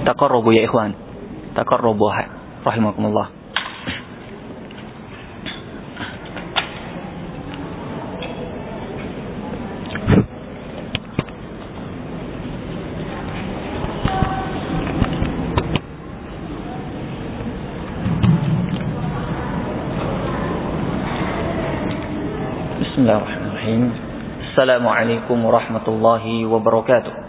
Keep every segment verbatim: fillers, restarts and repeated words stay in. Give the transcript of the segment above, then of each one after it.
Taqarrubu ya ikhwan. Taqarrubu rahimakumullah. Bismillahirrahmanirrahim. Assalamualaikum warahmatullahi wabarakatuh.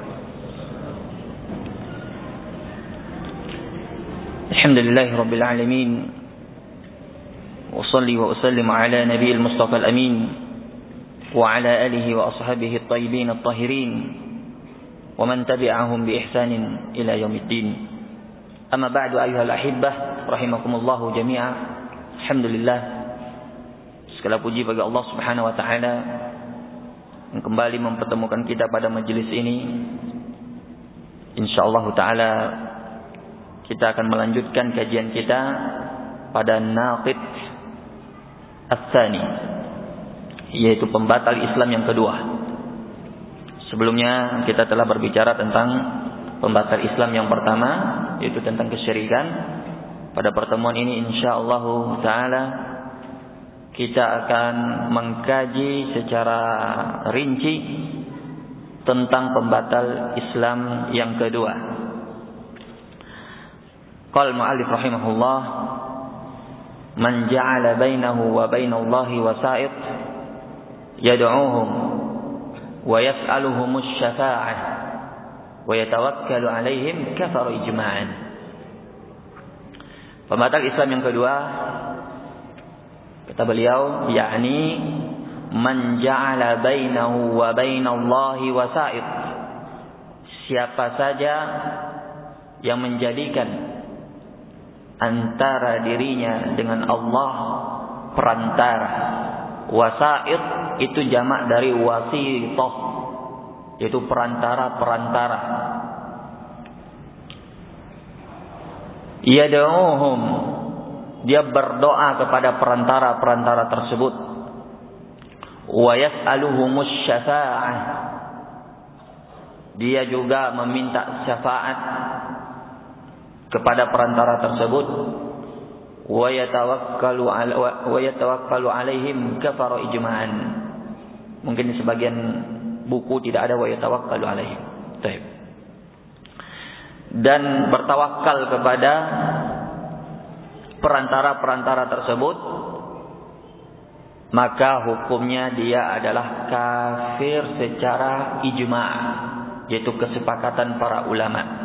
Alhamdulillahi rabbil alamin. Wa shalli wa usallim ala nabiyil mustafa al-amin wa ala alihi wa ashabihi at-tayyibin at-tahirin wa man tabi'ahum bi ihsanin ila yaumiddin. Amma ba'du ayyuhal ahibbah rahimakumullahu jami'a. Alhamdulillah, segala puji bagi Allah Subhanahu wa taala yang kembali mempertemukan kita pada majelis ini. Insyaallah taala kita akan melanjutkan kajian kita pada naqid ats-tsani, yaitu pembatal Islam yang kedua. Sebelumnya kita telah berbicara tentang pembatal Islam yang pertama, yaitu tentang kesyirikan. Pada pertemuan ini insyaallah taala kita akan mengkaji secara rinci tentang pembatal Islam yang kedua. Qala al-mu'allif rahimahullah, man ja'ala bainahu wa bainallahi wasa'id yad'uuhum wa yas'aluhum asy-syafa'ah wa yatawakkalu 'alaihim kafara ijma'an. Pembatal Islam yang kedua, kata beliau, yakni man ja'ala bainahu wa bainallahi wasa'id, siapa saja yang menjadikan antara dirinya dengan Allah perantara. Wasa'id itu jamak dari wasithah, yaitu perantara-perantara. Yad'uuhum, dia berdoa kepada perantara-perantara tersebut. Wa yas'aluhumus syafa'ah, dia juga meminta syafaat kepada perantara tersebut. Wa yatawakkalu wa yatawakkalu alaihim kafara ijma'an. Mungkin di sebagian buku tidak ada wa yatawakkalu alaihim. Baik. Dan bertawakal kepada perantara-perantara tersebut, maka hukumnya dia adalah kafir secara ijma', yaitu kesepakatan para ulama.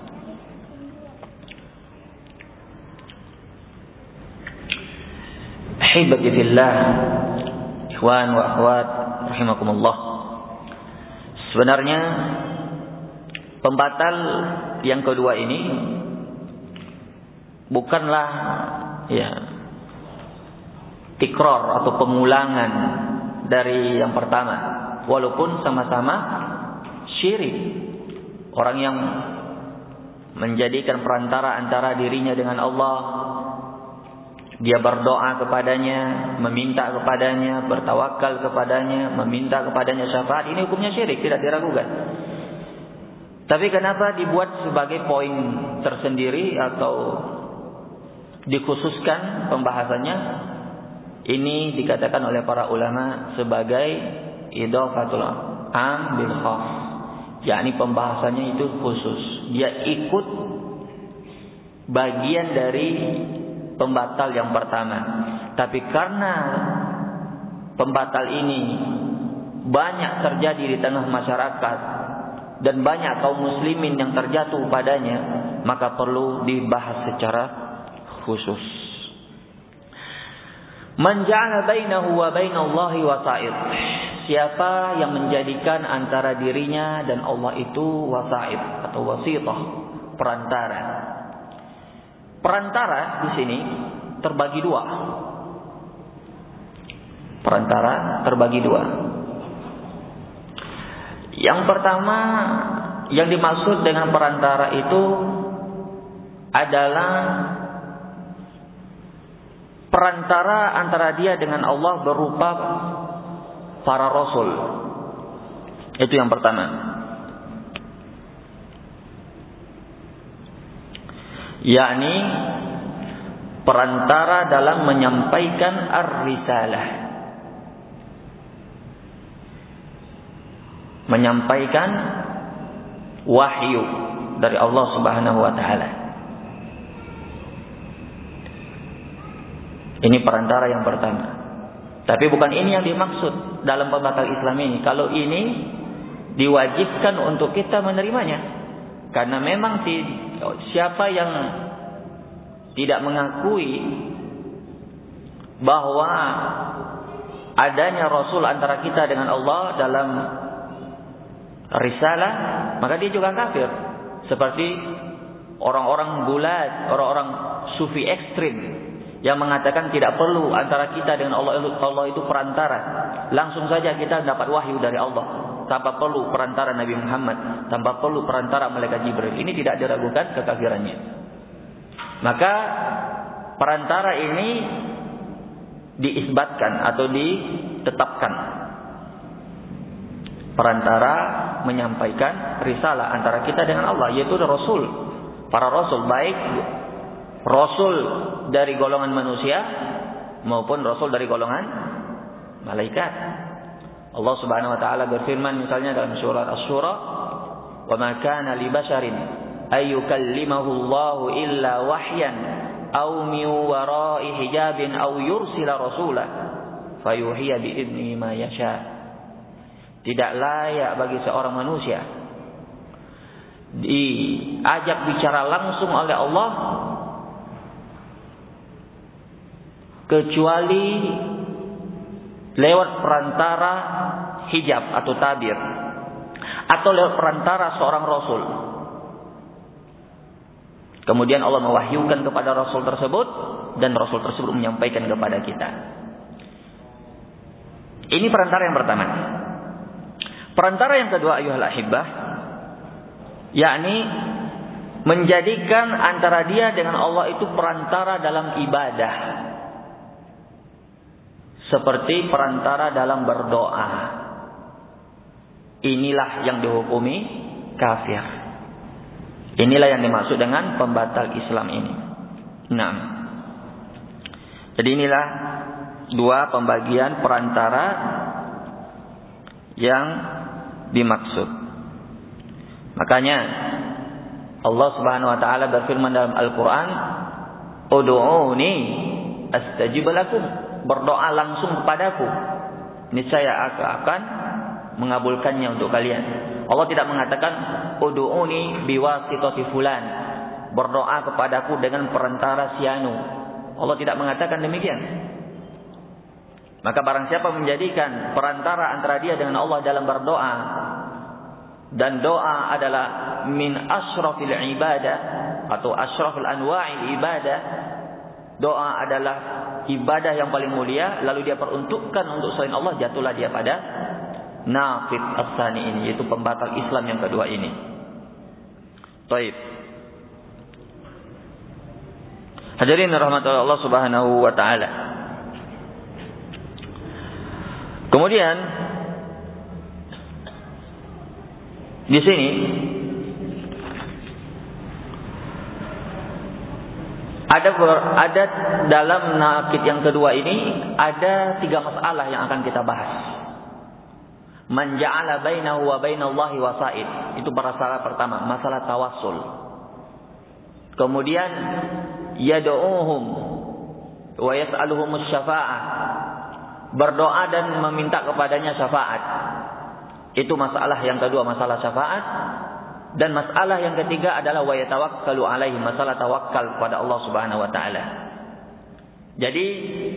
Ahibati fillah, ikhwan wa akhwat rahimakumullah. Sebenarnya pembatal yang kedua ini bukanlah ya tikrar atau pengulangan dari yang pertama, walaupun sama-sama syirik. Orang yang menjadikan perantara antara dirinya dengan Allah, dia berdoa kepadanya, meminta kepadanya, bertawakal kepadanya, meminta kepadanya syafaat, ini hukumnya syirik, tidak diragukan. Tapi kenapa dibuat sebagai poin tersendiri atau dikhususkan pembahasannya? Ini dikatakan oleh para ulama sebagai idhafatul am bil khas, yakni pembahasannya itu khusus. Dia ikut bagian dari pembatal yang pertama. Tapi karena pembatal ini banyak terjadi di tengah masyarakat dan banyak kaum muslimin yang terjatuh padanya, maka perlu dibahas secara khusus. Man ja'ala bainahu wa bainallahi wasa'id, siapa yang menjadikan antara dirinya dan Allah itu wasa'id atau wasithah, perantara. Perantara di sini terbagi dua. Perantara terbagi dua. Yang pertama, yang dimaksud dengan perantara itu adalah perantara antara dia dengan Allah berupa para rasul. Itu yang pertama. yakni perantara dalam menyampaikan ar-risalah, menyampaikan wahyu dari Allah Subhanahu wa taala. Ini perantara yang pertama. Tapi bukan ini yang dimaksud dalam pembatal Islam ini. Kalau ini diwajibkan untuk kita menerimanya. Karena memang siapa yang tidak mengakui bahwa adanya Rasul antara kita dengan Allah dalam risalah, maka dia juga kafir. Seperti orang-orang bulat, orang-orang sufi ekstrim yang mengatakan tidak perlu antara kita dengan Allah, Allah itu perantara. Langsung saja kita dapat wahyu dari Allah tanpa perlu perantara Nabi Muhammad, tanpa perlu perantara malaikat Jibril. Ini tidak diragukan kekafirannya. Maka perantara ini diisbatkan atau ditetapkan. Perantara menyampaikan risalah antara kita dengan Allah, yaitu Rasul. Para Rasul, baik Rasul dari golongan manusia maupun Rasul dari golongan malaikat. Allah Subhanahu wa taala berfirman misalnya dalam surat Asy-Syura, "Wa ma kana li basharin ay yukallimahu Allahu illa wahyan aw min wara'i hijabin aw yursila rasulah fayuhiya bi idnihi ma yasha." Tidak layak bagi seorang manusia diajak bicara langsung oleh Allah kecuali lewat perantara hijab atau tabir, atau lewat perantara seorang Rasul. Kemudian Allah mewahyukan kepada Rasul tersebut, dan Rasul tersebut menyampaikan kepada kita. Ini perantara yang pertama. Perantara yang kedua, ayyuhal ahibbah, yakni menjadikan antara dia dengan Allah itu perantara dalam ibadah, seperti perantara dalam berdoa. Inilah yang dihukumi kafir. Inilah yang dimaksud dengan pembatal Islam ini. Nah, jadi inilah dua pembagian perantara yang dimaksud. Makanya Allah Subhanahu wa taala berfirman dalam Al-Qur'an, "Ud'uuni astajib lakum." Berdoa langsung kepadaku, niscaya aku akan mengabulkannya untuk kalian. Allah tidak mengatakan ud'uuni biwasitati fulan, berdoa kepadaku dengan perantara si anu. Allah tidak mengatakan demikian. Maka barang siapa menjadikan perantara antara dia dengan Allah dalam berdoa, dan doa adalah min asyrafil ibadah atau asyrafil anwa'il ibadah, doa adalah ibadah yang paling mulia, lalu dia peruntukkan untuk selain Allah, jatuhlah dia pada naqid as-sani ini, yaitu pembatal Islam yang kedua ini. Baik. Hadirin rahmatullah Allah Subhanahu wa taala. Kemudian di sini Ada ada dalam nakid yang kedua ini ada tiga masalah yang akan kita bahas. Man ja'ala bainahu wa bainallahi wasa'id. Itu masalah pertama, masalah tawassul. Kemudian yad'uuhum wa yas'aluhumus syafa'ah. Berdoa dan meminta kepadanya syafaat. Itu masalah yang kedua, masalah syafaat. Dan masalah yang ketiga adalah wa yatawakkalu alaihi, masalah tawakal kepada Allah Subhanahu wa taala. Jadi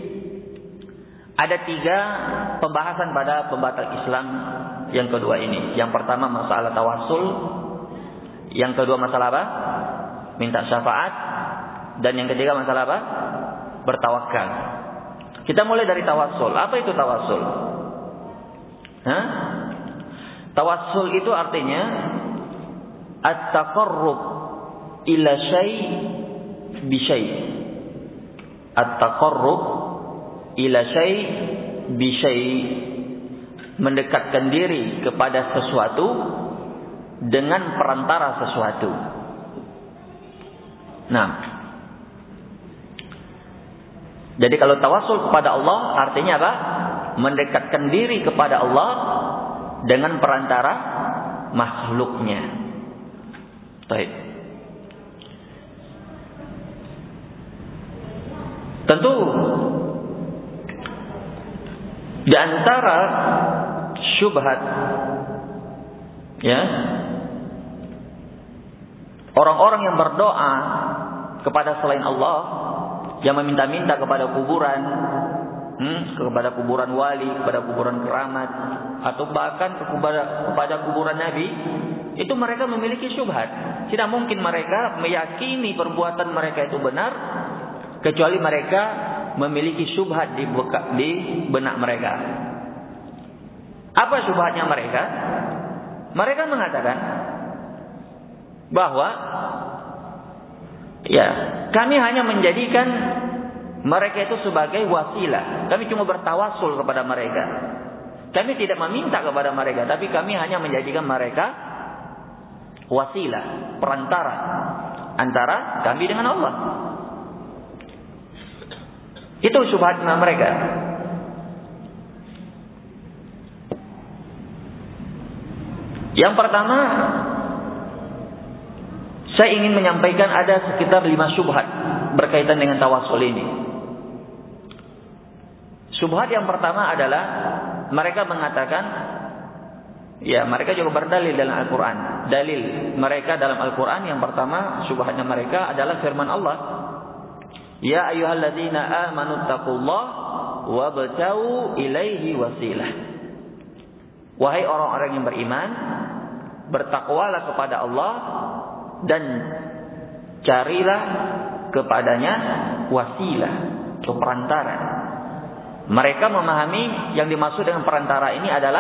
ada tiga pembahasan pada pembatal Islam yang kedua ini. Yang pertama masalah tawassul, yang kedua masalah apa? Minta syafaat, dan yang ketiga masalah apa? Bertawakal. Kita mulai dari tawassul. Apa itu tawassul? Hah? Tawassul itu artinya at-taqarrub ila syai' bi syai'. At-taqarrub ila syai' bi syai', mendekatkan diri kepada sesuatu dengan perantara sesuatu. Nah, jadi kalau tawassul kepada Allah artinya apa? Mendekatkan diri kepada Allah dengan perantara makhluknya. Baik. Tentu di antara syubhat ya orang-orang yang berdoa kepada selain Allah, yang meminta-minta kepada kuburan, hmm, kepada kuburan wali, kepada kuburan keramat, atau bahkan kepada, kepada kuburan Nabi, itu mereka memiliki syubhat. Tidak mungkin mereka meyakini perbuatan mereka itu benar kecuali mereka memiliki syubhat di, di benak mereka. Apa syubhatnya mereka? Mereka mengatakan bahwa ya, kami hanya menjadikan mereka itu sebagai wasilah. Kami cuma bertawasul kepada mereka. Kami tidak meminta kepada mereka, tapi kami hanya menjadikan mereka wasilah, perantara antara kami dengan Allah. Itu syubhatnya mereka. Yang pertama, saya ingin menyampaikan ada sekitar lima syubhat berkaitan dengan tawasul ini. Syubhat yang pertama adalah mereka mengatakan, ya mereka juga berdalil dalam Al-Quran. Dalil mereka dalam Al-Quran yang pertama, syubhatnya mereka adalah firman Allah, ya ayyuhalladzina amanu taqullaha wabtaghu ilaihi wasilah. Wahai orang-orang yang beriman, bertakwalah kepada Allah dan carilah kepadanya wasilah atau perantara. Mereka memahami yang dimaksud dengan perantara ini adalah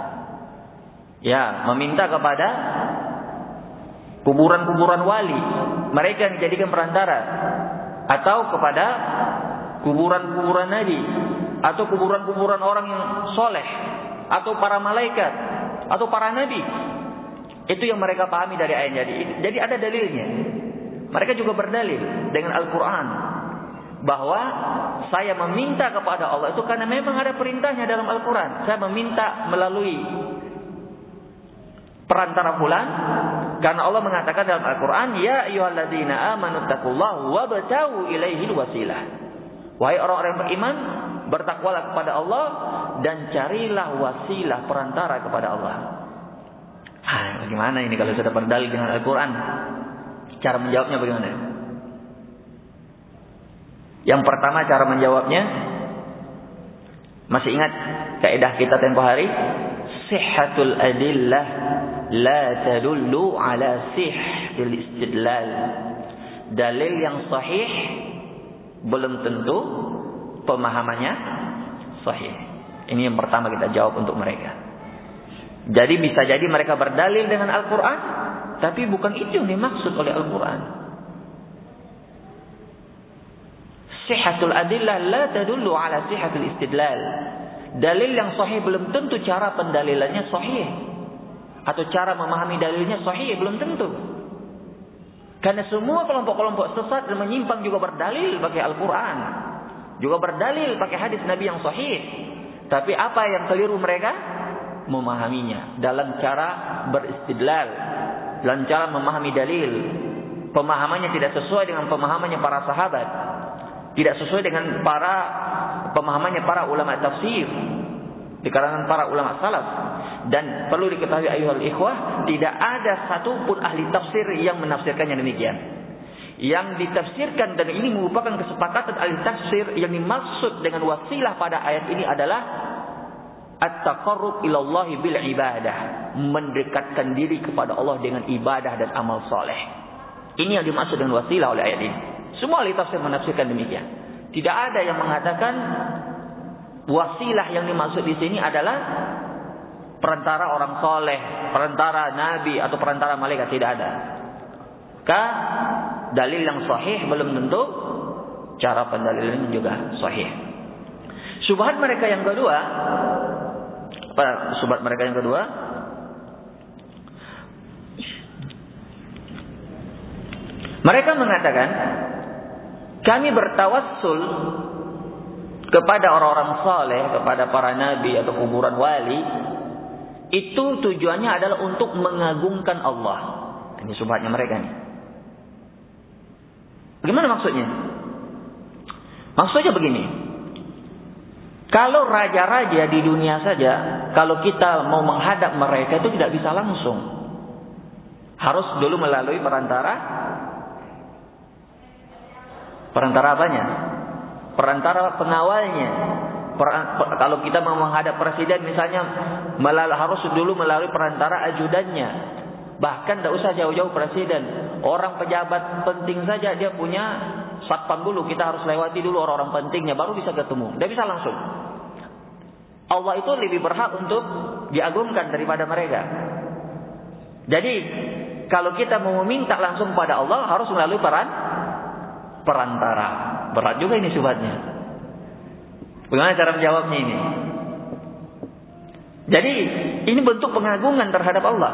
ya meminta kepada kuburan-kuburan wali, mereka yang dijadikan perantara, atau kepada kuburan-kuburan nabi, atau kuburan-kuburan orang yang soleh, atau para malaikat, atau para nabi. Itu yang mereka pahami dari ayat. Jadi, jadi ada dalilnya. Mereka juga berdalil dengan Al-Quran bahwa saya meminta kepada Allah itu karena memang ada perintahnya dalam Al-Quran. Saya meminta melalui perantara fulan karena Allah mengatakan dalam Al-Quran, ya ayyuhalladzina amanu taqullaha wabtaghu ilaihi wasilah. Wahai orang-orang yang beriman, bertakwalah kepada Allah dan carilah wasilah, perantara kepada Allah. Ah, bagaimana ini kalau sudah berdalil dengan Al-Quran? Cara menjawabnya bagaimana? Yang pertama cara menjawabnya, masih ingat kaidah kita tempo hari? Sihhatul adillah la tadullu ala sihhil istidlal. Dalil yang sahih belum tentu pemahamannya sahih. Ini yang pertama kita jawab untuk mereka. Jadi bisa jadi mereka berdalil dengan Al-Quran, tapi bukan itu yang dimaksud oleh Al-Quran. Sihhatul adillah la tadullu ala sihhatul istidlal. Dalil yang sahih belum tentu cara pendalilannya sahih, atau cara memahami dalilnya sahih belum tentu. Karena semua kelompok-kelompok sesat dan menyimpang juga berdalil pakai Al-Quran, juga berdalil pakai hadis Nabi yang sahih. Tapi apa yang keliru mereka? Memahaminya dalam cara beristidlal, dalam cara memahami dalil. Pemahamannya tidak sesuai dengan pemahamannya para sahabat, tidak sesuai dengan para pemahamannya para ulama tafsir di kalangan para ulama salaf. Dan perlu diketahui ayyuhal ikhwah, tidak ada satupun ahli tafsir yang menafsirkannya demikian. Yang ditafsirkan, dan ini merupakan kesepakatan ahli tafsir, yang dimaksud dengan wasilah pada ayat ini adalah at-taqarrub ilallahi bil ibadah, mendekatkan diri kepada Allah dengan ibadah dan amal soleh. Ini yang dimaksud dengan wasilah oleh ayat ini. Semua ahli tafsir menafsirkan demikian. Tidak ada yang mengatakan wasilah yang dimaksud di sini adalah perantara orang soleh, perantara nabi atau perantara malaikat. Tidak ada. Ka dalil yang sahih belum tentu cara pendalilan juga sahih. Syubhat mereka yang kedua, apa syubhat mereka yang kedua? Mereka mengatakan, kami bertawassul kepada orang-orang saleh, kepada para nabi atau kuburan wali, itu tujuannya adalah untuk mengagungkan Allah. Ini subhatnya mereka nih. Bagaimana maksudnya? Maksudnya begini. Kalau raja-raja di dunia saja, kalau kita mau menghadap mereka itu tidak bisa langsung. Harus dulu melalui perantara. Perantara apanya? Perantara pengawalnya. Per, per, kalau kita mau menghadap presiden misalnya, melal, harus dulu melalui perantara ajudannya. Bahkan tidak usah jauh-jauh presiden. Orang pejabat penting saja dia punya satpam dulu. Kita harus lewati dulu orang-orang pentingnya, baru bisa ketemu. Tidak bisa langsung. Allah itu lebih berhak untuk diagungkan daripada mereka. Jadi kalau kita mau meminta langsung pada Allah, harus melalui peran perantara. Berat juga ini subhatnya. Bagaimana cara menjawabnya ini? Jadi ini bentuk pengagungan terhadap Allah.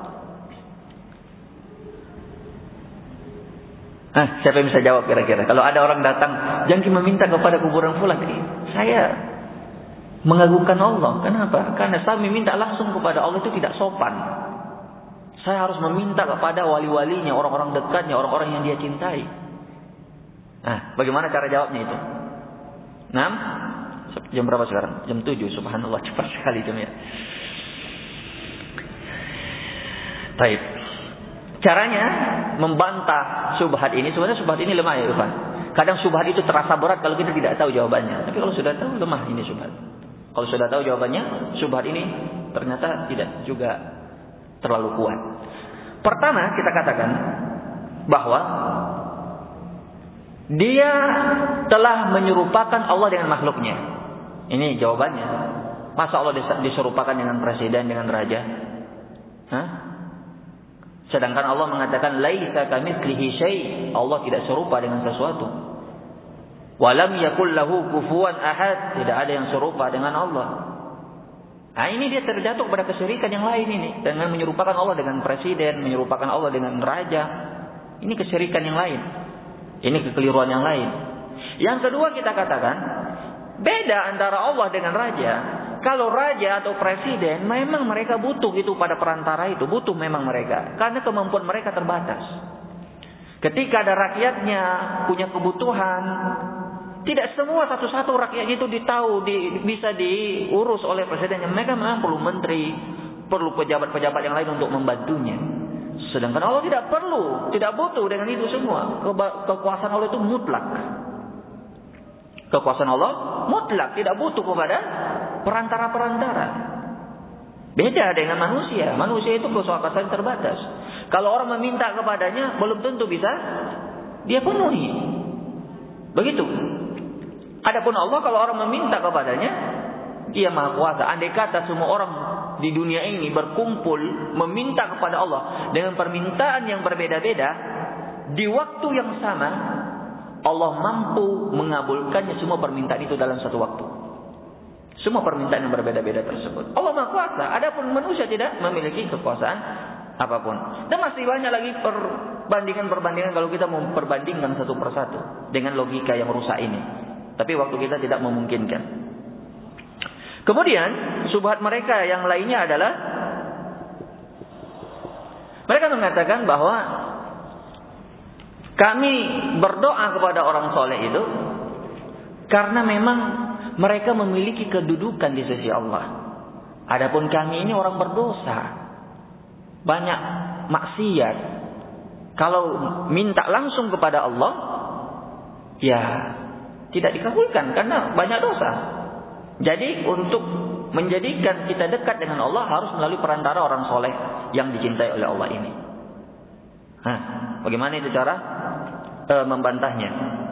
Nah, siapa yang bisa jawab kira-kira? Kalau ada orang datang, jangan meminta kepada kuburan fulan. Saya mengagungkan Allah. Kenapa? Karena saya meminta langsung kepada Allah itu tidak sopan. Saya harus meminta kepada wali-walinya, orang-orang dekatnya, orang-orang yang dia cintai. Nah, bagaimana cara jawabnya itu? enam? Jam berapa sekarang? Jam tujuh. Subhanallah, cepat sekali jamnya. Baik. Caranya membantah subhat ini. Sebenarnya subhat ini lemah ya, Irfan. Kadang subhat itu terasa berat kalau kita tidak tahu jawabannya. Tapi kalau sudah tahu, lemah ini subhat. Kalau sudah tahu jawabannya, subhat ini ternyata tidak juga terlalu kuat. Pertama, kita katakan bahwa dia telah menyerupakan Allah dengan makhluknya. Ini jawabannya. Masa Allah diserupakan dengan presiden, dengan raja? Hah? Sedangkan Allah mengatakan laisa kamitslihi syai'. Allah tidak serupa dengan sesuatu. Walam yakul lahu kufuwan ahad. Tidak ada yang serupa dengan Allah. Nah, ini dia terjatuh pada kesyirikan yang lain ini. Dengan menyerupakan Allah dengan presiden, menyerupakan Allah dengan raja. Ini kesyirikan yang lain. Ini kekeliruan yang lain. Yang kedua kita katakan, beda antara Allah dengan raja. Kalau raja atau presiden, memang mereka butuh itu pada perantara itu. Butuh memang mereka. Karena kemampuan mereka terbatas. Ketika ada rakyatnya punya kebutuhan, tidak semua satu-satu rakyatnya itu ditahu, di, bisa diurus oleh presidennya. Mereka memang perlu menteri, perlu pejabat-pejabat yang lain untuk membantunya. Sedangkan Allah tidak perlu, tidak butuh dengan itu semua. Kekuasaan Allah itu mutlak. Kekuasaan Allah mutlak, tidak butuh kepada perantara-perantara. Beda dengan manusia. Manusia itu kekuasaan terbatas. Kalau orang meminta kepadanya, belum tentu bisa dia penuhi. Begitu. Adapun Allah, kalau orang meminta kepadanya, Dia Maha Kuasa. Andai kata semua orang di dunia ini berkumpul meminta kepada Allah dengan permintaan yang berbeda-beda, di waktu yang sama Allah mampu mengabulkannya semua permintaan itu dalam satu waktu. Semua permintaan yang berbeda-beda tersebut. Allah Maha Kuasa. Adapun manusia tidak memiliki kekuasaan apapun. Dan masih banyak lagi perbandingan-perbandingan kalau kita memperbandingkan satu persatu dengan logika yang rusak ini. Tapi waktu kita tidak memungkinkan. Kemudian subhat mereka yang lainnya adalah mereka mengatakan bahwa kami berdoa kepada orang soleh itu karena memang mereka memiliki kedudukan di sisi Allah. Adapun kami ini orang berdosa, banyak maksiat. Kalau minta langsung kepada Allah, ya tidak dikabulkan karena banyak dosa. Jadi untuk menjadikan kita dekat dengan Allah harus melalui perantara orang soleh yang dicintai oleh Allah ini. Nah, bagaimana itu cara e, membantahnya?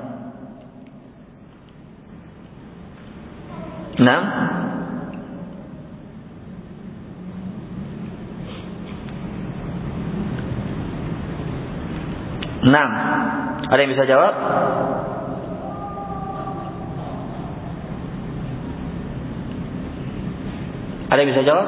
Enam. Enam. Ada yang bisa jawab? Ada yang bisa jawab?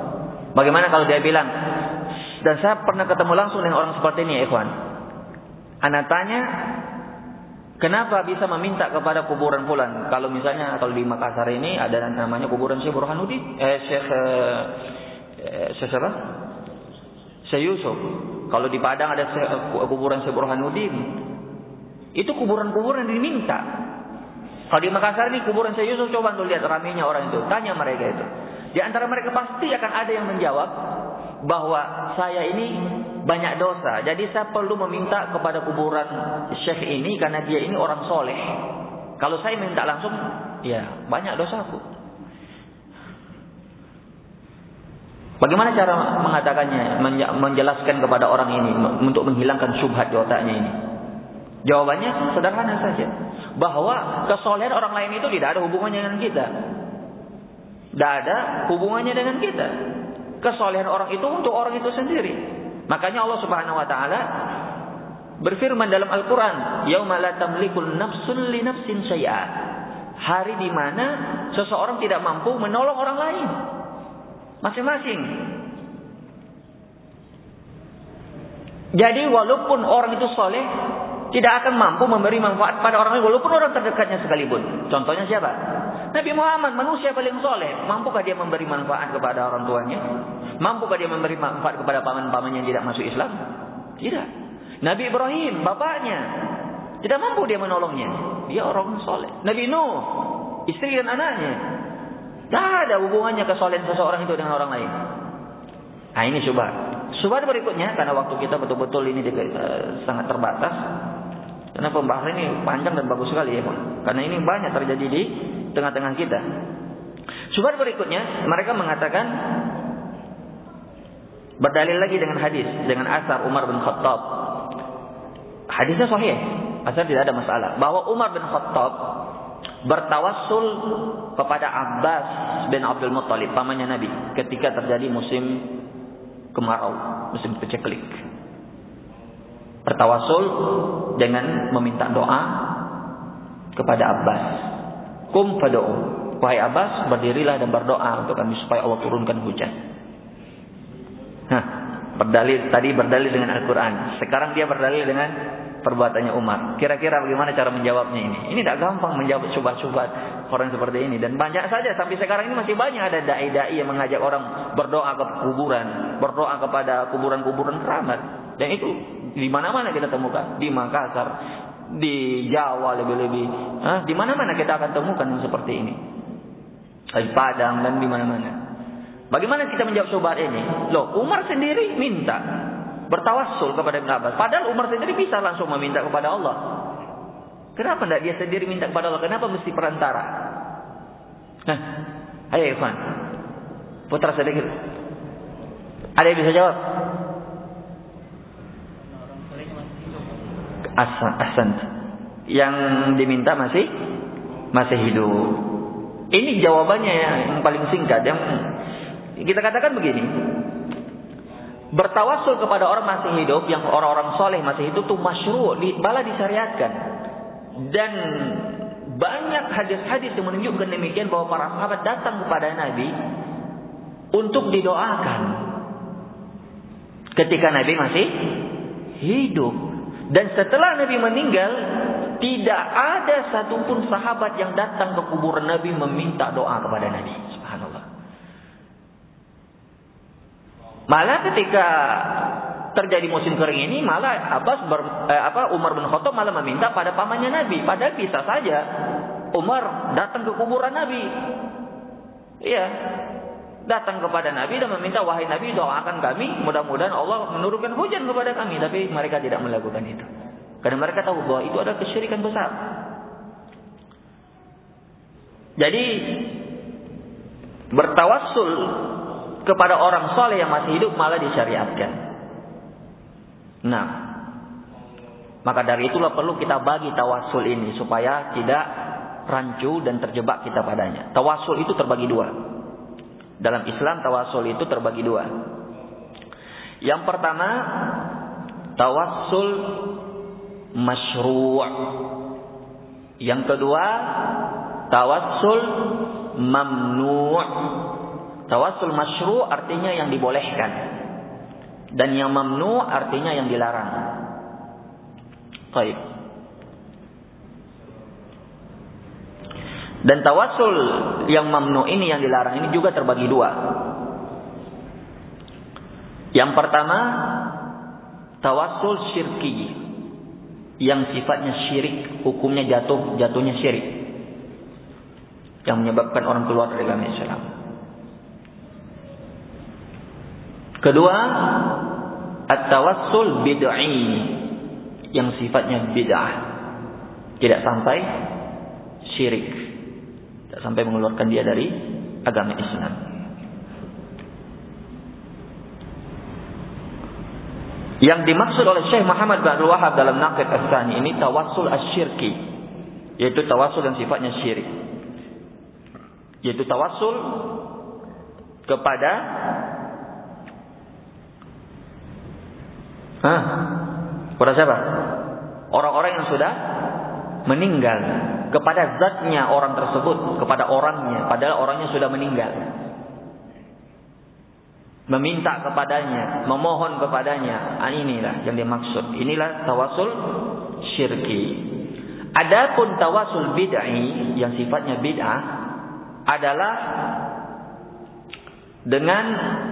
Bagaimana kalau dia bilang, dan saya pernah ketemu langsung dengan orang seperti ini ya ikhwan. Ana tanya, kenapa bisa meminta kepada kuburan fulan? Kalau misalnya kalau di Makassar ini ada namanya kuburan Syekh Burhanuddin, eh Syekh eh, Syekh siapa? Syekh Yusuf. Kalau di Padang ada kuburan Syekh Burhanuddin. Itu kuburan-kuburan yang diminta. Kalau di Makassar ini kuburan Syekh Yusuf, coba tuh lihat ramainya orang itu. Tanya mereka itu. Di antara mereka pasti akan ada yang menjawab bahwa saya ini banyak dosa. Jadi saya perlu meminta kepada kuburan Syekh ini karena dia ini orang soleh. Kalau saya minta langsung, ya banyak dosaku. Bagaimana cara mengatakannya, menjelaskan kepada orang ini untuk menghilangkan syubhat di otaknya ini? Jawabannya sederhana saja, bahwa kesolehan orang lain itu tidak ada hubungannya dengan kita. Tidak ada hubungannya dengan kita. Kesolehan orang itu untuk orang itu sendiri. Makanya Allah Subhanahu wa taala berfirman dalam Al-Qur'an, "Yauma la tamliku nafsun li nafsin syai'a." Hari di mana seseorang tidak mampu menolong orang lain. Masing-masing. Jadi walaupun orang itu soleh, tidak akan mampu memberi manfaat pada orang lain walaupun orang terdekatnya sekalipun. Contohnya siapa? Nabi Muhammad, manusia paling soleh. Mampukah dia memberi manfaat kepada orang tuanya? Mampukah dia memberi manfaat kepada paman-paman yang tidak masuk Islam? Tidak. Nabi Ibrahim, bapaknya, tidak mampu dia menolongnya. Dia orang soleh. Nabi Nuh, istri dan anaknya, tidak ada hubungannya kesolehan seseorang itu dengan orang lain. Nah ini syubhat. Syubhat berikutnya, karena waktu kita betul-betul ini uh, sangat terbatas. Karena pembahasan ini panjang dan bagus sekali ya, Pak. Karena ini banyak terjadi di tengah-tengah kita. Syubhat berikutnya, mereka mengatakan berdalil lagi dengan hadis, dengan asar Umar bin Khattab. Hadisnya sahih, asal tidak ada masalah. Bahwa Umar bin Khattab bertawassul kepada Abbas bin Abdul Muttalib, pamannya Nabi, ketika terjadi musim kemarau, musim paceklik. Bertawassul dengan meminta doa kepada Abbas. Kum fad'u, wahai Abbas, berdirilah dan berdoa untuk kami supaya Allah turunkan hujan. Nah, berdalil tadi berdalil dengan Al-Qur'an. Sekarang dia berdalil dengan perbuatannya Umar. Kira-kira bagaimana cara menjawabnya ini? Ini tidak gampang menjawab syubhat-syubhat orang seperti ini. Dan banyak saja sampai sekarang ini masih banyak ada dai-dai yang mengajak orang berdoa ke kuburan, berdoa kepada kuburan-kuburan keramat. Dan itu di mana-mana kita temukan, di Makassar, di Jawa lebih-lebih, Hah? di mana-mana kita akan temukan yang seperti ini. Di Padang dan di mana-mana. Bagaimana kita menjawab syubhat ini? Loh, Umar sendiri minta bertawassul kepada Ibn Abbas. Padahal Umar sendiri bisa langsung meminta kepada Allah. Kenapa tidak dia sendiri minta kepada Allah? Kenapa mesti perantara? Nah, ayo Ikhwan, putar sedikit. Ada yang bisa jawab? Ahsan, ahsan. Yang diminta masih masih hidup. Ini jawabannya yang paling singkat. Yang kita katakan begini. Bertawassul kepada orang masih hidup, yang orang-orang soleh masih hidup, itu masyru', malah disyariatkan. Dan banyak hadis-hadis yang menunjukkan demikian, bahwa para sahabat datang kepada Nabi untuk didoakan ketika Nabi masih hidup. Dan setelah Nabi meninggal, tidak ada satupun sahabat yang datang ke kuburan Nabi meminta doa kepada Nabi. Subhanallah. Malah ketika terjadi musim kering ini, malah Abbas ber, eh, apa Umar bin Khattab malah meminta pada pamannya Nabi. Padahal bisa saja Umar datang ke kuburan Nabi. Iya, datang kepada Nabi dan meminta, wahai Nabi, doakan kami, mudah-mudahan Allah menurunkan hujan kepada kami. Tapi mereka tidak melakukan itu, karena mereka tahu bahwa itu adalah kesyirikan besar. Jadi bertawassul kepada orang soleh yang masih hidup malah disyariatkan. Nah, maka dari itulah perlu kita bagi tawassul ini supaya tidak rancu dan terjebak kita padanya. Tawassul itu terbagi dua. Dalam Islam tawassul itu terbagi dua. Yang pertama, tawassul masyru'. Yang kedua, tawassul mamnu'. Tawassul masyru' artinya yang dibolehkan, dan yang mamnu' artinya yang dilarang. Baik. Dan tawassul yang mamnu ini, yang dilarang ini juga terbagi dua. Yang pertama, tawassul syirki, yang sifatnya syirik, hukumnya jatuh, jatuhnya syirik, yang menyebabkan orang keluar dari agama Islam. Kedua, at-tawassul bid'i, yang sifatnya bid'ah, tidak sampai syirik, tidak sampai mengeluarkan dia dari agama Islam. Yang dimaksud oleh Syekh Muhammad bin Abdul Wahhab dalam Naqid Ats-Tsani ini tawassul asy-syirki, yaitu tawassul yang sifatnya syirik. Yaitu tawassul kepada Hah? Kepada siapa? Orang-orang yang sudah meninggal, kepada zatnya orang tersebut, kepada orangnya, padahal orangnya sudah meninggal. Meminta kepadanya, memohon kepadanya. Ah, inilah yang dimaksud. Inilah tawassul syirki. Adapun tawassul bid'i yang sifatnya bid'ah adalah dengan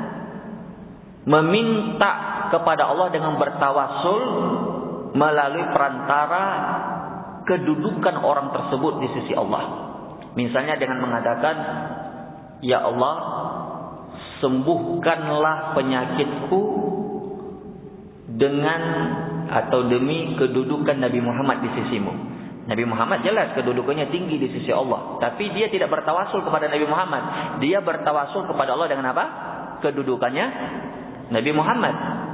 meminta kepada Allah dengan bertawassul melalui perantara kedudukan orang tersebut di sisi Allah. Misalnya dengan mengatakan, ya Allah, sembuhkanlah penyakitku dengan atau demi kedudukan Nabi Muhammad di sisimu. Nabi Muhammad jelas kedudukannya tinggi di sisi Allah, tapi dia tidak bertawasul kepada Nabi Muhammad. Dia bertawasul kepada Allah dengan apa? Kedudukannya Nabi Muhammad.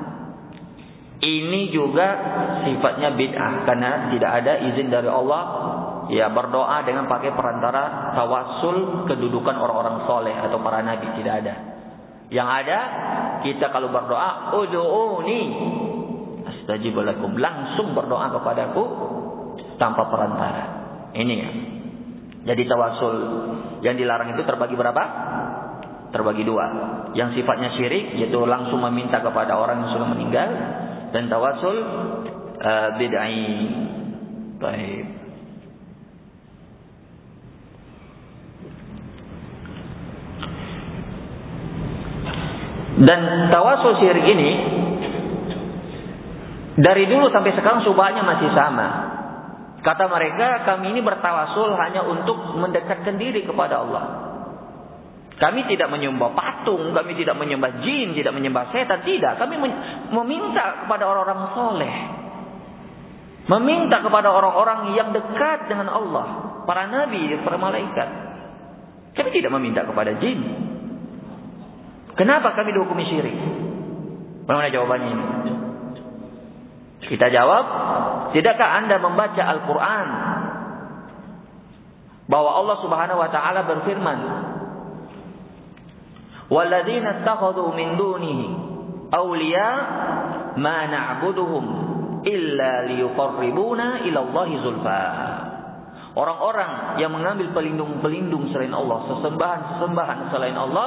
Ini juga sifatnya bid'ah, karena tidak ada izin dari Allah ya berdoa dengan pakai perantara tawasul kedudukan orang-orang soleh atau para nabi, tidak ada. Yang ada, kita kalau berdoa, ud'uuni astajib lakum, langsung berdoa kepadaku tanpa perantara. Ini ya. Jadi tawasul yang dilarang itu terbagi berapa? Terbagi dua. Yang sifatnya syirik, yaitu langsung meminta kepada orang yang sudah meninggal, dan tawasul uh, bid'ah. Baik. Dan tawasul syirik ini dari dulu sampai sekarang subahnya masih sama. Kata mereka, kami ini bertawasul hanya untuk mendekatkan diri kepada Allah. Kami tidak menyembah patung, kami tidak menyembah jin, tidak menyembah setan, tidak. Kami meminta kepada orang-orang soleh, meminta kepada orang-orang yang dekat dengan Allah, para nabi, para malaikat. Kami tidak meminta kepada jin. Kenapa kami dihukumi syirik? Bagaimana jawabannya ini? Kita jawab, tidakkah Anda membaca Al-Quran bahwa Allah Subhanahu Wa Taala berfirman, "Walladzina ittakhadhu min dunihi awliya ma na'buduhum illa liyuqarribuna ila Allahi zulfa." Orang-orang yang mengambil pelindung-pelindung selain Allah, sesembahan-sesembahan selain Allah,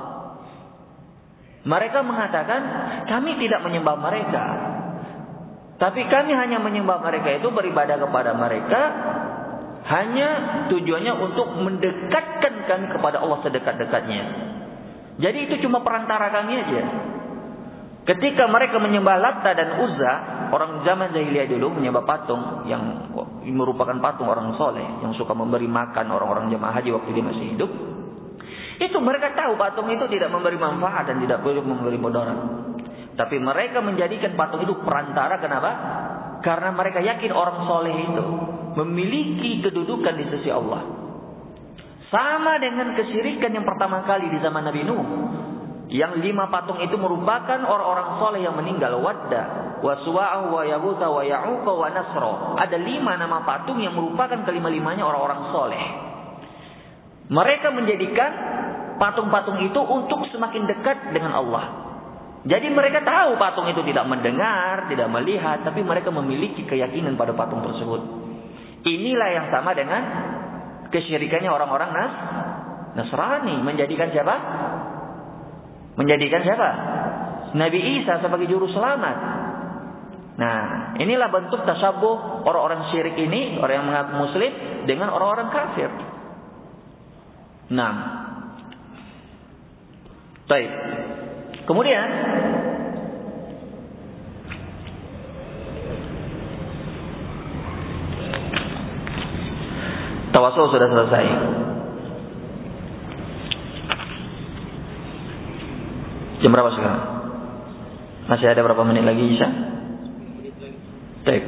mereka mengatakan, kami tidak menyembah mereka, tapi kami hanya menyembah mereka itu, beribadah kepada mereka hanya tujuannya untuk mendekatkan kami kepada Allah sedekat-dekatnya. Jadi itu cuma perantara kami aja. Ketika mereka menyembah Latta dan Uzza, orang zaman jahiliyah dulu menyembah patung yang merupakan patung orang soleh yang suka memberi makan orang-orang jemaah haji waktu dia masih hidup. Itu mereka tahu patung itu tidak memberi manfaat dan tidak boleh memberi mudarat. Tapi mereka menjadikan patung itu perantara. Kenapa? Karena mereka yakin orang soleh itu memiliki kedudukan di sisi Allah. Sama dengan kesyirikan yang pertama kali di zaman Nabi Nuh. Yang lima patung itu merupakan orang-orang soleh yang meninggal. Wadda, wa Suwa'ah, wa Yaghutha, wa Ya'uqa, wa Nasra. Ada lima nama patung yang merupakan kelima-limanya orang-orang soleh. Mereka menjadikan patung-patung itu untuk semakin dekat dengan Allah. Jadi mereka tahu patung itu tidak mendengar, tidak melihat, tapi mereka memiliki keyakinan pada patung tersebut. Inilah yang sama dengan kesyirikannya orang-orang Nas Nasrani. Menjadikan siapa? Menjadikan siapa? Nabi Isa sebagai juru selamat. Nah, inilah bentuk tasyabuh orang-orang syirik ini, orang yang mengaku muslim dengan orang-orang kafir. Nah, baik. Kemudian tawasul sudah selesai. Jam berapa sekarang? Masih ada berapa menit lagi Isya? Baik.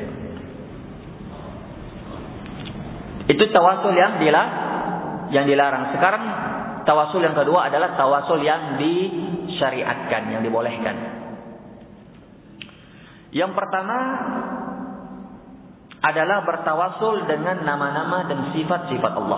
Itu tawasul yang dilarang, yang dilarang. Sekarang tawasul yang kedua adalah tawasul yang disyariatkan, yang dibolehkan. Yang pertama adalah bertawasul dengan nama-nama dan sifat-sifat Allah.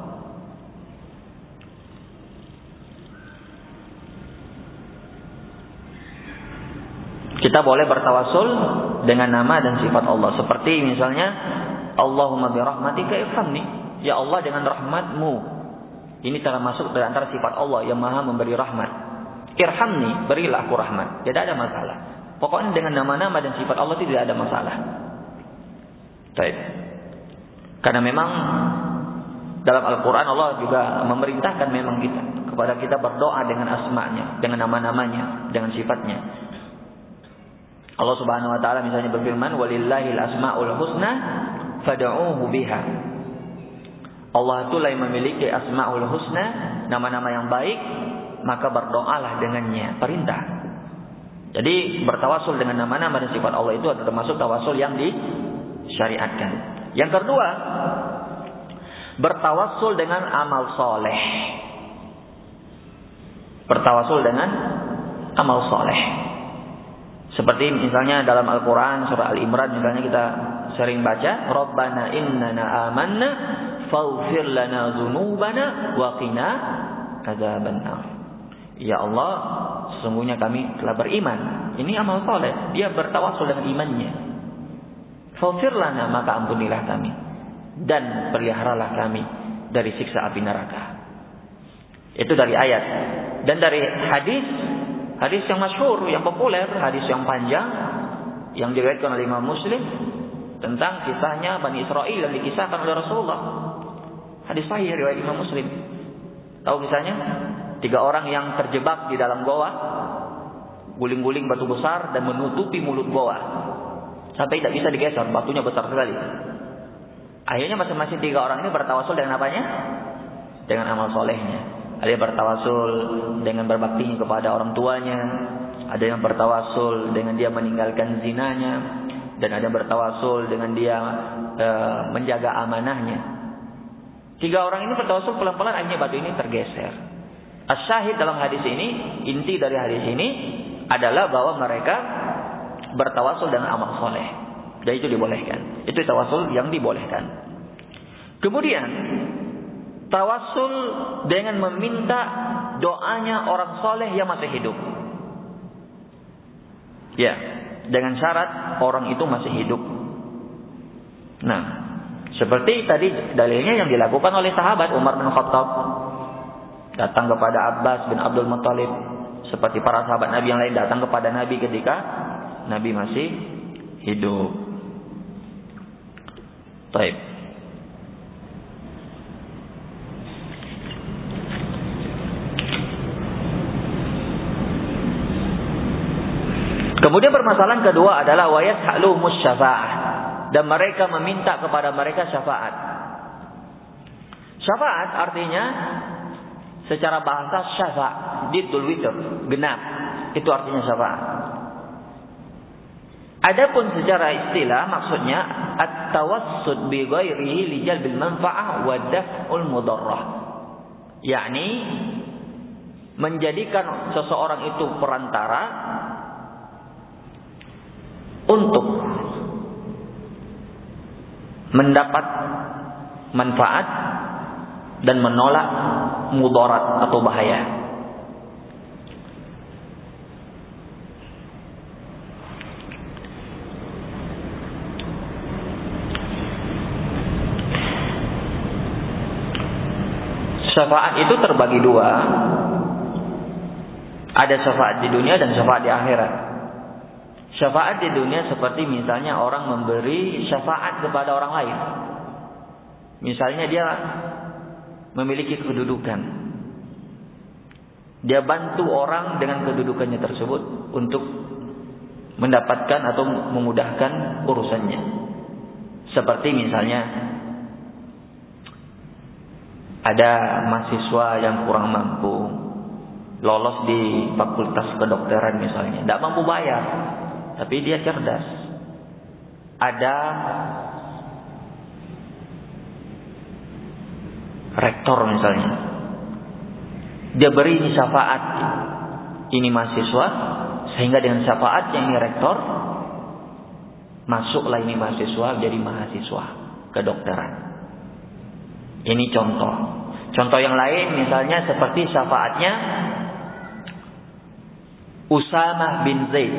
Kita boleh bertawasul dengan nama dan sifat Allah. Seperti misalnya, Allahumma birahmatika irhamni. Ya Allah, dengan rahmatmu. Ini termasuk dari antara sifat Allah yang maha memberi rahmat. Irhamni, berilah aku rahmat. Tidak ada masalah. Pokoknya dengan nama-nama dan sifat Allah tidak ada masalah. Baik. Karena memang dalam Al-Quran Allah juga memerintahkan memang kita kepada kita berdoa dengan asma'nya, dengan nama-namanya, dengan sifatnya. Allah Subhanahu wa taala misalnya berfirman, "Walillahil asmaul husna fad'uuhu biha." Allah itulah yang memiliki asmaul husna, nama-nama yang baik, maka berdoalah dengannya, perintah. Jadi bertawasul dengan nama-nama dan sifat Allah itu adalah termasuk tawasul yang disyariatkan. Yang kedua, bertawasul dengan amal soleh. Bertawasul dengan amal soleh. Seperti misalnya dalam Al-Quran surah Al-Imran misalnya kita sering baca, Rabbana innana amanna faghfir lana dzunubana wa qina adzabannar. Ya Allah, sesungguhnya kami telah beriman. Ini amal soleh. Dia bertawasul dengan imannya. Faghfir lana, maka ampunilah kami dan peliharalah kami dari siksa api neraka. Itu dari ayat. Dan dari hadis, hadis yang masyhur, yang populer, hadis yang panjang yang diriwayatkan oleh Imam Muslim tentang kisahnya Bani Israil yang dikisahkan oleh Rasulullah. Hadis sahih riwayat Imam Muslim. Tahu kisahnya? Tiga orang yang terjebak di dalam goa, guling-guling batu besar dan menutupi mulut goa sampai tidak bisa digeser, batunya besar sekali. Akhirnya masing-masing tiga orang ini bertawasul dengan apanya? Dengan amal solehnya. Ada yang bertawasul dengan berbakti kepada orang tuanya, ada yang bertawasul dengan dia meninggalkan zinanya, dan ada yang bertawasul dengan dia e, menjaga amanahnya. Tiga orang ini bertawasul, pelan-pelan akhirnya batu ini tergeser. As-syahid dalam hadis ini, inti dari hadis ini adalah bahwa mereka bertawasul dengan amal soleh, dan itu dibolehkan. Itu tawasul yang dibolehkan. Kemudian tawasul dengan meminta doanya orang soleh yang masih hidup. Ya, dengan syarat orang itu masih hidup. Nah, seperti tadi dalilnya yang dilakukan oleh sahabat Umar bin Khattab. Datang kepada Abbas bin Abdul Muttalib. Seperti para sahabat Nabi yang lain datang kepada Nabi ketika Nabi masih hidup. Baik. Kemudian permasalahan kedua adalah wayat halumus syafa'ah, dan mereka meminta kepada mereka syafaat. Syafaat artinya secara bahasa syafa' didul witr, genap. Itu artinya syafaat. Adapun secara istilah maksudnya at-tawassud bi ghairihi li jalbil manfa'ah wa daf'ul mudarrah. Yakni menjadikan seseorang itu perantara untuk mendapat manfaat dan menolak mudarat atau bahaya. Syafaat itu terbagi dua. Ada syafaat di dunia dan syafaat di akhirat. Syafaat di dunia seperti misalnya orang memberi syafaat kepada orang lain. Misalnya dia memiliki kedudukan. Dia bantu orang dengan kedudukannya tersebut untuk mendapatkan atau memudahkan urusannya. Seperti misalnya ada mahasiswa yang kurang mampu lolos di fakultas kedokteran misalnya, tidak mampu bayar, tapi dia cerdas. Ada rektor misalnya, dia beri ini syafaat ini mahasiswa, sehingga dengan syafaat yang ini rektor masuklah ini mahasiswa jadi mahasiswa kedokteran. Ini contoh. Contoh yang lain misalnya seperti syafaatnya Usamah bin Zaid.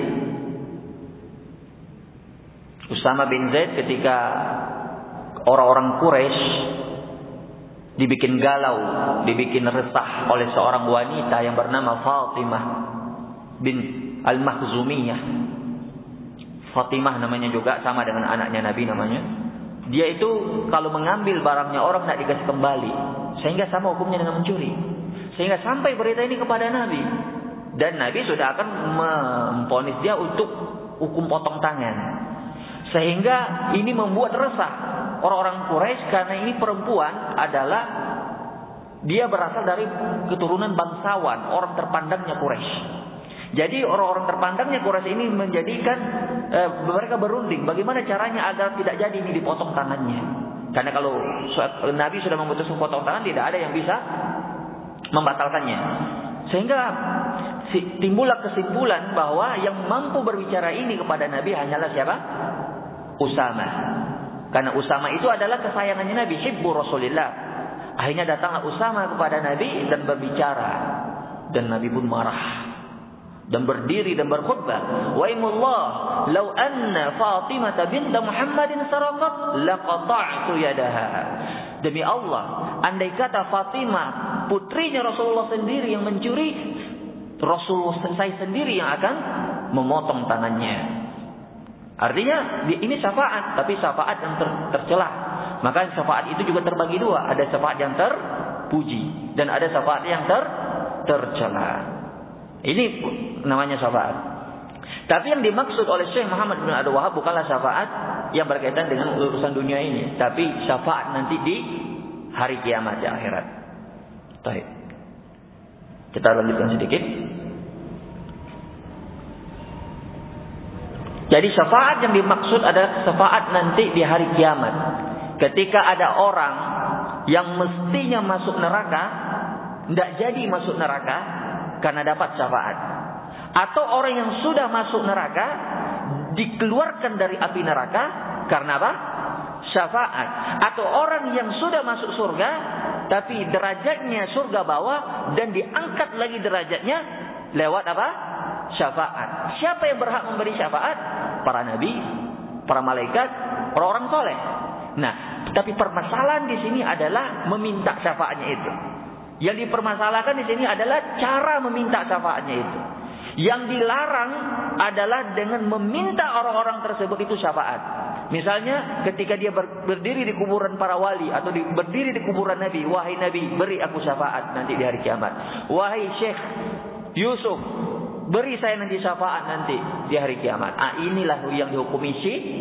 Usamah bin Zaid ketika orang-orang Quraisy dibikin galau, dibikin resah oleh seorang wanita yang bernama Fatimah bin Al-Makhzumiyah. Fatimah namanya juga, sama dengan anaknya Nabi namanya. Dia itu kalau mengambil barangnya orang tidak dikasih kembali, sehingga sama hukumnya dengan mencuri. Sehingga sampai berita ini kepada Nabi, dan Nabi sudah akan memvonis dia untuk hukum potong tangan. Sehingga ini membuat resah orang-orang Quraisy, karena ini perempuan adalah dia berasal dari keturunan bangsawan, orang terpandangnya Quraisy. Jadi orang-orang terpandangnya Quraisy ini menjadikan e, mereka berunding bagaimana caranya agar tidak jadi ini dipotong tangannya. Karena kalau Nabi sudah memutuskan potong tangan, tidak ada yang bisa membatalkannya. Sehingga timbullah kesimpulan bahwa yang mampu berbicara ini kepada Nabi hanyalah siapa? Usamah. Karena Usamah itu adalah kesayangannya Nabi, hibbu Rasulillah. Akhirnya datanglah Usamah kepada Nabi dan berbicara, dan Nabi pun marah dan berdiri dan berkhutbah, wa imullah law anna Fatimah bint Muhammadin saraqat laqata'tu yadaha. Demi Allah, andai kata Fatimah putrinya Rasulullah sendiri yang mencuri, Rasulullah saya sendiri yang akan memotong tangannya. Artinya ini syafaat, tapi syafaat yang ter, tercela. Maka syafaat itu juga terbagi dua, ada syafaat yang terpuji dan ada syafaat yang ter tercela. Ini namanya syafaat. Tapi yang dimaksud oleh Syekh Muhammad bin Abdul Wahab bukanlah syafaat yang berkaitan dengan urusan dunia ini, tapi syafaat nanti di hari kiamat, di akhirat. Baik. Kita lanjutkan sedikit. Jadi syafaat yang dimaksud adalah syafaat nanti di hari kiamat. Ketika ada orang yang mestinya masuk neraka, tidak jadi masuk neraka karena dapat syafaat. Atau orang yang sudah masuk neraka dikeluarkan dari api neraka karena apa? Syafaat. Atau orang yang sudah masuk surga tapi derajatnya surga bawah dan diangkat lagi derajatnya lewat apa? Syafaat. Siapa yang berhak memberi syafaat? Para nabi, para malaikat, orang-orang soleh. Nah, tapi permasalahan di sini adalah meminta syafaatnya itu. Yang dipermasalahkan di sini adalah cara meminta syafaatnya itu. Yang dilarang adalah dengan meminta orang-orang tersebut itu syafaat. Misalnya ketika dia berdiri di kuburan para wali atau di, berdiri di kuburan Nabi, wahai Nabi, beri aku syafaat nanti di hari kiamat. Wahai Syekh Yusuf, beri saya nanti syafaat nanti di hari kiamat. Ah, inilah yang dihukumi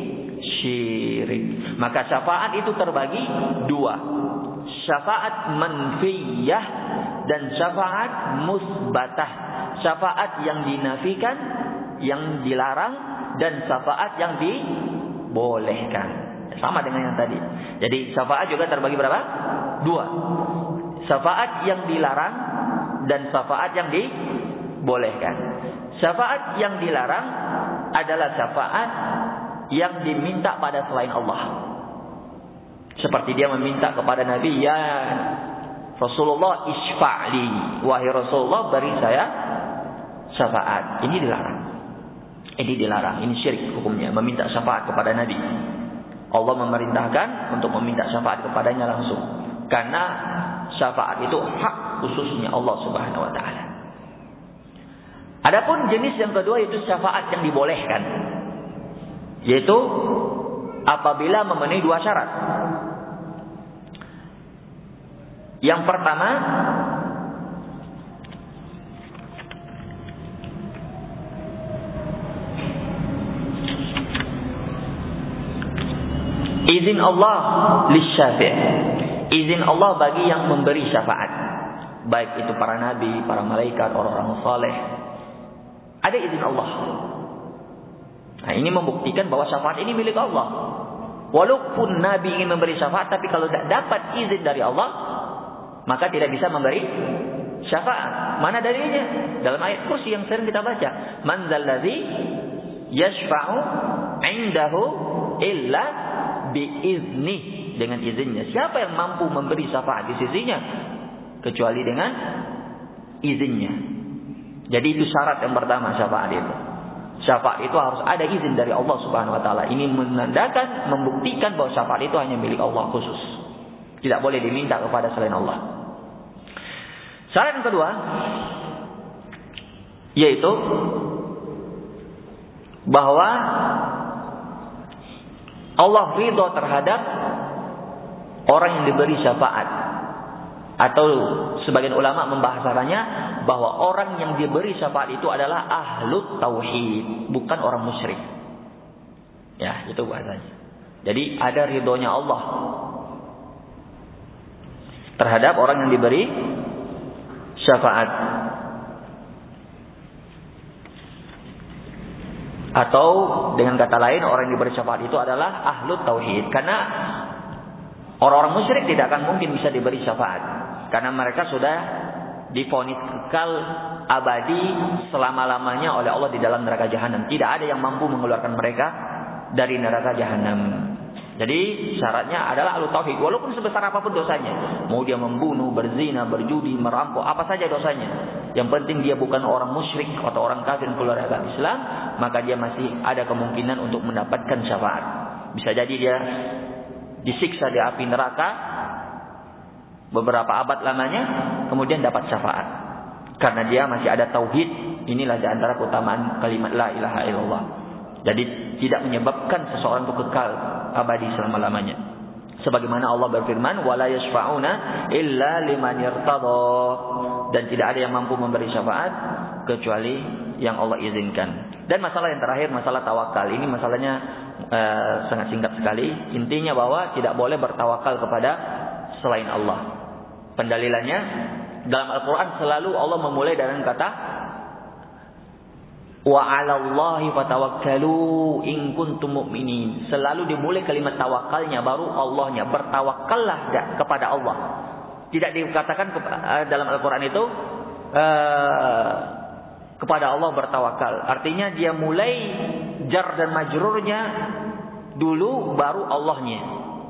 syirik. Maka syafaat itu terbagi dua. Syafaat manfiyah dan syafaat musbatah. Syafaat yang dinafikan, yang dilarang, dan syafaat yang dibolehkan. Sama dengan yang tadi. Jadi syafaat juga terbagi berapa? Dua. Syafaat yang dilarang dan syafaat yang dibolehkan. Syafaat yang dilarang adalah syafaat yang diminta pada selain Allah. Seperti dia meminta kepada Nabi, ya Rasulullah isfa'li, wahai Rasulullah beri saya syafaat. Ini dilarang. Ini dilarang. Ini syirik hukumnya, meminta syafaat kepada Nabi. Allah memerintahkan untuk meminta syafaat kepadanya langsung. Karena syafaat itu hak khususnya Allah Subhanahu wa taala. Adapun jenis yang kedua yaitu syafaat yang dibolehkan, yaitu apabila memenuhi dua syarat. Yang pertama, izin Allah lisyafi', izin Allah bagi yang memberi syafaat, baik itu para nabi, para malaikat, orang-orang saleh, ada izin Allah. Nah, ini membuktikan bahwa syafaat ini milik Allah. Walaupun nabi ingin memberi syafaat, tapi kalau tidak dapat izin dari Allah, maka tidak bisa memberi syafaat. Mana dalilnya? Dalam ayat kursi yang sering kita baca, man dzalladzi yashfa'u 'indahu illa biizni, dengan izinnya. Siapa yang mampu memberi syafaat di sisinya kecuali dengan izinnya. Jadi itu syarat yang pertama syafaat itu. Syafaat itu harus ada izin dari Allah Subhanahu wa taala. Ini menandakan, membuktikan bahwa syafaat itu hanya milik Allah khusus. Tidak boleh diminta kepada selain Allah. Syarat yang kedua yaitu bahwa Allah ridho terhadap orang yang diberi syafaat. Atau sebagian ulama membahasakannya bahwa orang yang diberi syafaat itu adalah ahlut tauhid, bukan orang musyrik. Ya, itu bahasanya. Jadi ada ridhonya Allah terhadap orang yang diberi syafaat. Atau dengan kata lain, orang yang diberi syafaat itu adalah ahlut tauhid. Karena orang-orang musyrik tidak akan mungkin bisa diberi syafaat. Karena mereka sudah divonis kekal abadi selama-lamanya oleh Allah di dalam neraka jahanam. Tidak ada yang mampu mengeluarkan mereka dari neraka jahanam. Jadi syaratnya adalah ahlut tauhid, walaupun sebesar apapun dosanya. Mau dia membunuh, berzina, berjudi, merampok, apa saja dosanya. Yang penting dia bukan orang musyrik atau orang kafir keluar dari agama Islam, maka dia masih ada kemungkinan untuk mendapatkan syafaat. Bisa jadi dia disiksa di api neraka beberapa abad lamanya, kemudian dapat syafaat. Karena dia masih ada tauhid. Inilah di antara keutamaan kalimat la ilaha illallah. Jadi tidak menyebabkan seseorang itu kekal abadi selama-lamanya. Sebagaimana Allah berfirman, wala yashfa'una illa liman irtada, dan tidak ada yang mampu memberi syafaat kecuali yang Allah izinkan. Dan masalah yang terakhir, masalah tawakal. Ini masalahnya uh, sangat singkat sekali. Intinya bahwa tidak boleh bertawakal kepada selain Allah. Pendalilannya dalam Al-Quran selalu Allah memulai dengan kata wa 'alallahi fatawakkalu in kuntum mu'minin. Selalu dimulai kalimat tawakalnya baru Allahnya. Bertawakallah kepada Allah. Tidak dikatakan dalam Al-Quran itu uh, kepada Allah bertawakal. Artinya dia mulai jar dan majrurnya dulu baru Allahnya.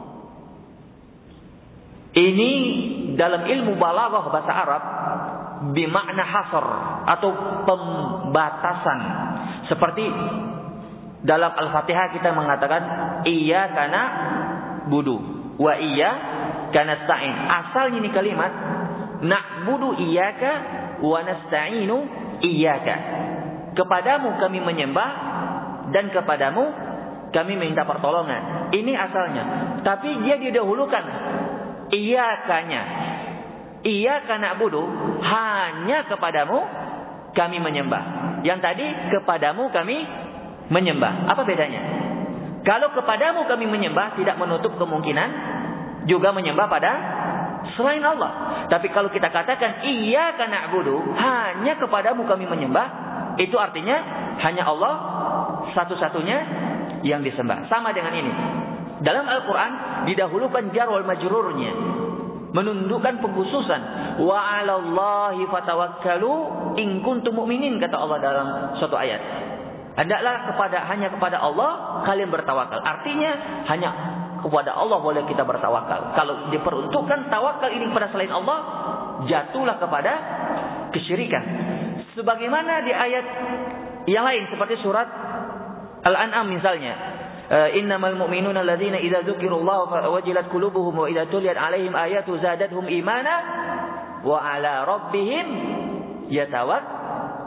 Ini dalam ilmu balaghah bahasa Arab bermakna hasr atau pembatasan. Seperti dalam Al-Fatihah kita mengatakan iyyaka na'budu wa iyyaka nasta'in. Asalnya ini kalimat na'budu iyyaka wa nasta'inu iyyaka. Kepadamu kami menyembah dan kepadamu kami minta pertolongan. Ini asalnya. Tapi dia didahulukan Iyakanya, iyyaka na'budu, hanya kepadamu kami menyembah. Yang tadi kepadamu kami menyembah. Apa bedanya? Kalau kepadamu kami menyembah, tidak menutup kemungkinan juga menyembah pada selain Allah. Tapi kalau kita katakan iyyaka na'budu, hanya kepadamu kami menyembah, itu artinya hanya Allah satu-satunya yang disembah. Sama dengan ini. Dalam Al-Quran didahulukan jar wal majrurnya, menundukkan pengkhususan. Wa 'alallahi fatawakkalu in kuntum mu'minin, kata Allah dalam suatu ayat. Hendaklah kepada hanya kepada Allah kalian bertawakal. Artinya hanya kepada Allah boleh kita bertawakal. Kalau diperuntukkan tawakal ini kepada selain Allah, jatuhlah kepada kesyirikan. Sebagaimana di ayat yang lain seperti surat Al-An'am misalnya. Innamal mu'minuna alladzina idza dzukirallahu wajilat qulubuhum wa idza tuliyat 'alaihim ayatu zadatuhum imana wa 'ala rabbihim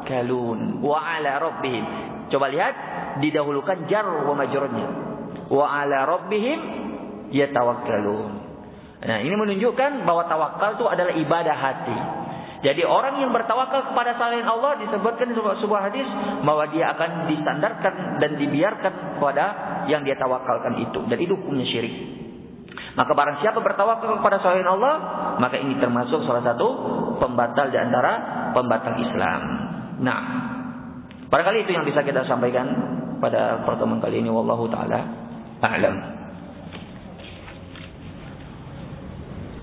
yatawakkalun. Wa 'ala rabbihim. Coba lihat, didahulukan jar wa majrurnya. Wa 'ala rabbihim yatawakkalun. Nah, ini menunjukkan bahwa tawakal itu adalah ibadah hati. Jadi orang yang bertawakal kepada selain Allah disebutkan di sebuah, sebuah hadis bahwa dia akan disandarkan dan dibiarkan kepada yang dia tawakalkan itu. Dan itu hukumnya syirik. Maka barang siapa bertawakal kepada selain Allah, maka ini termasuk salah satu pembatal di antara pembatal Islam. Nah, barangkali itu yang bisa kita sampaikan pada pertemuan kali ini. Wallahu ta'ala a'lam.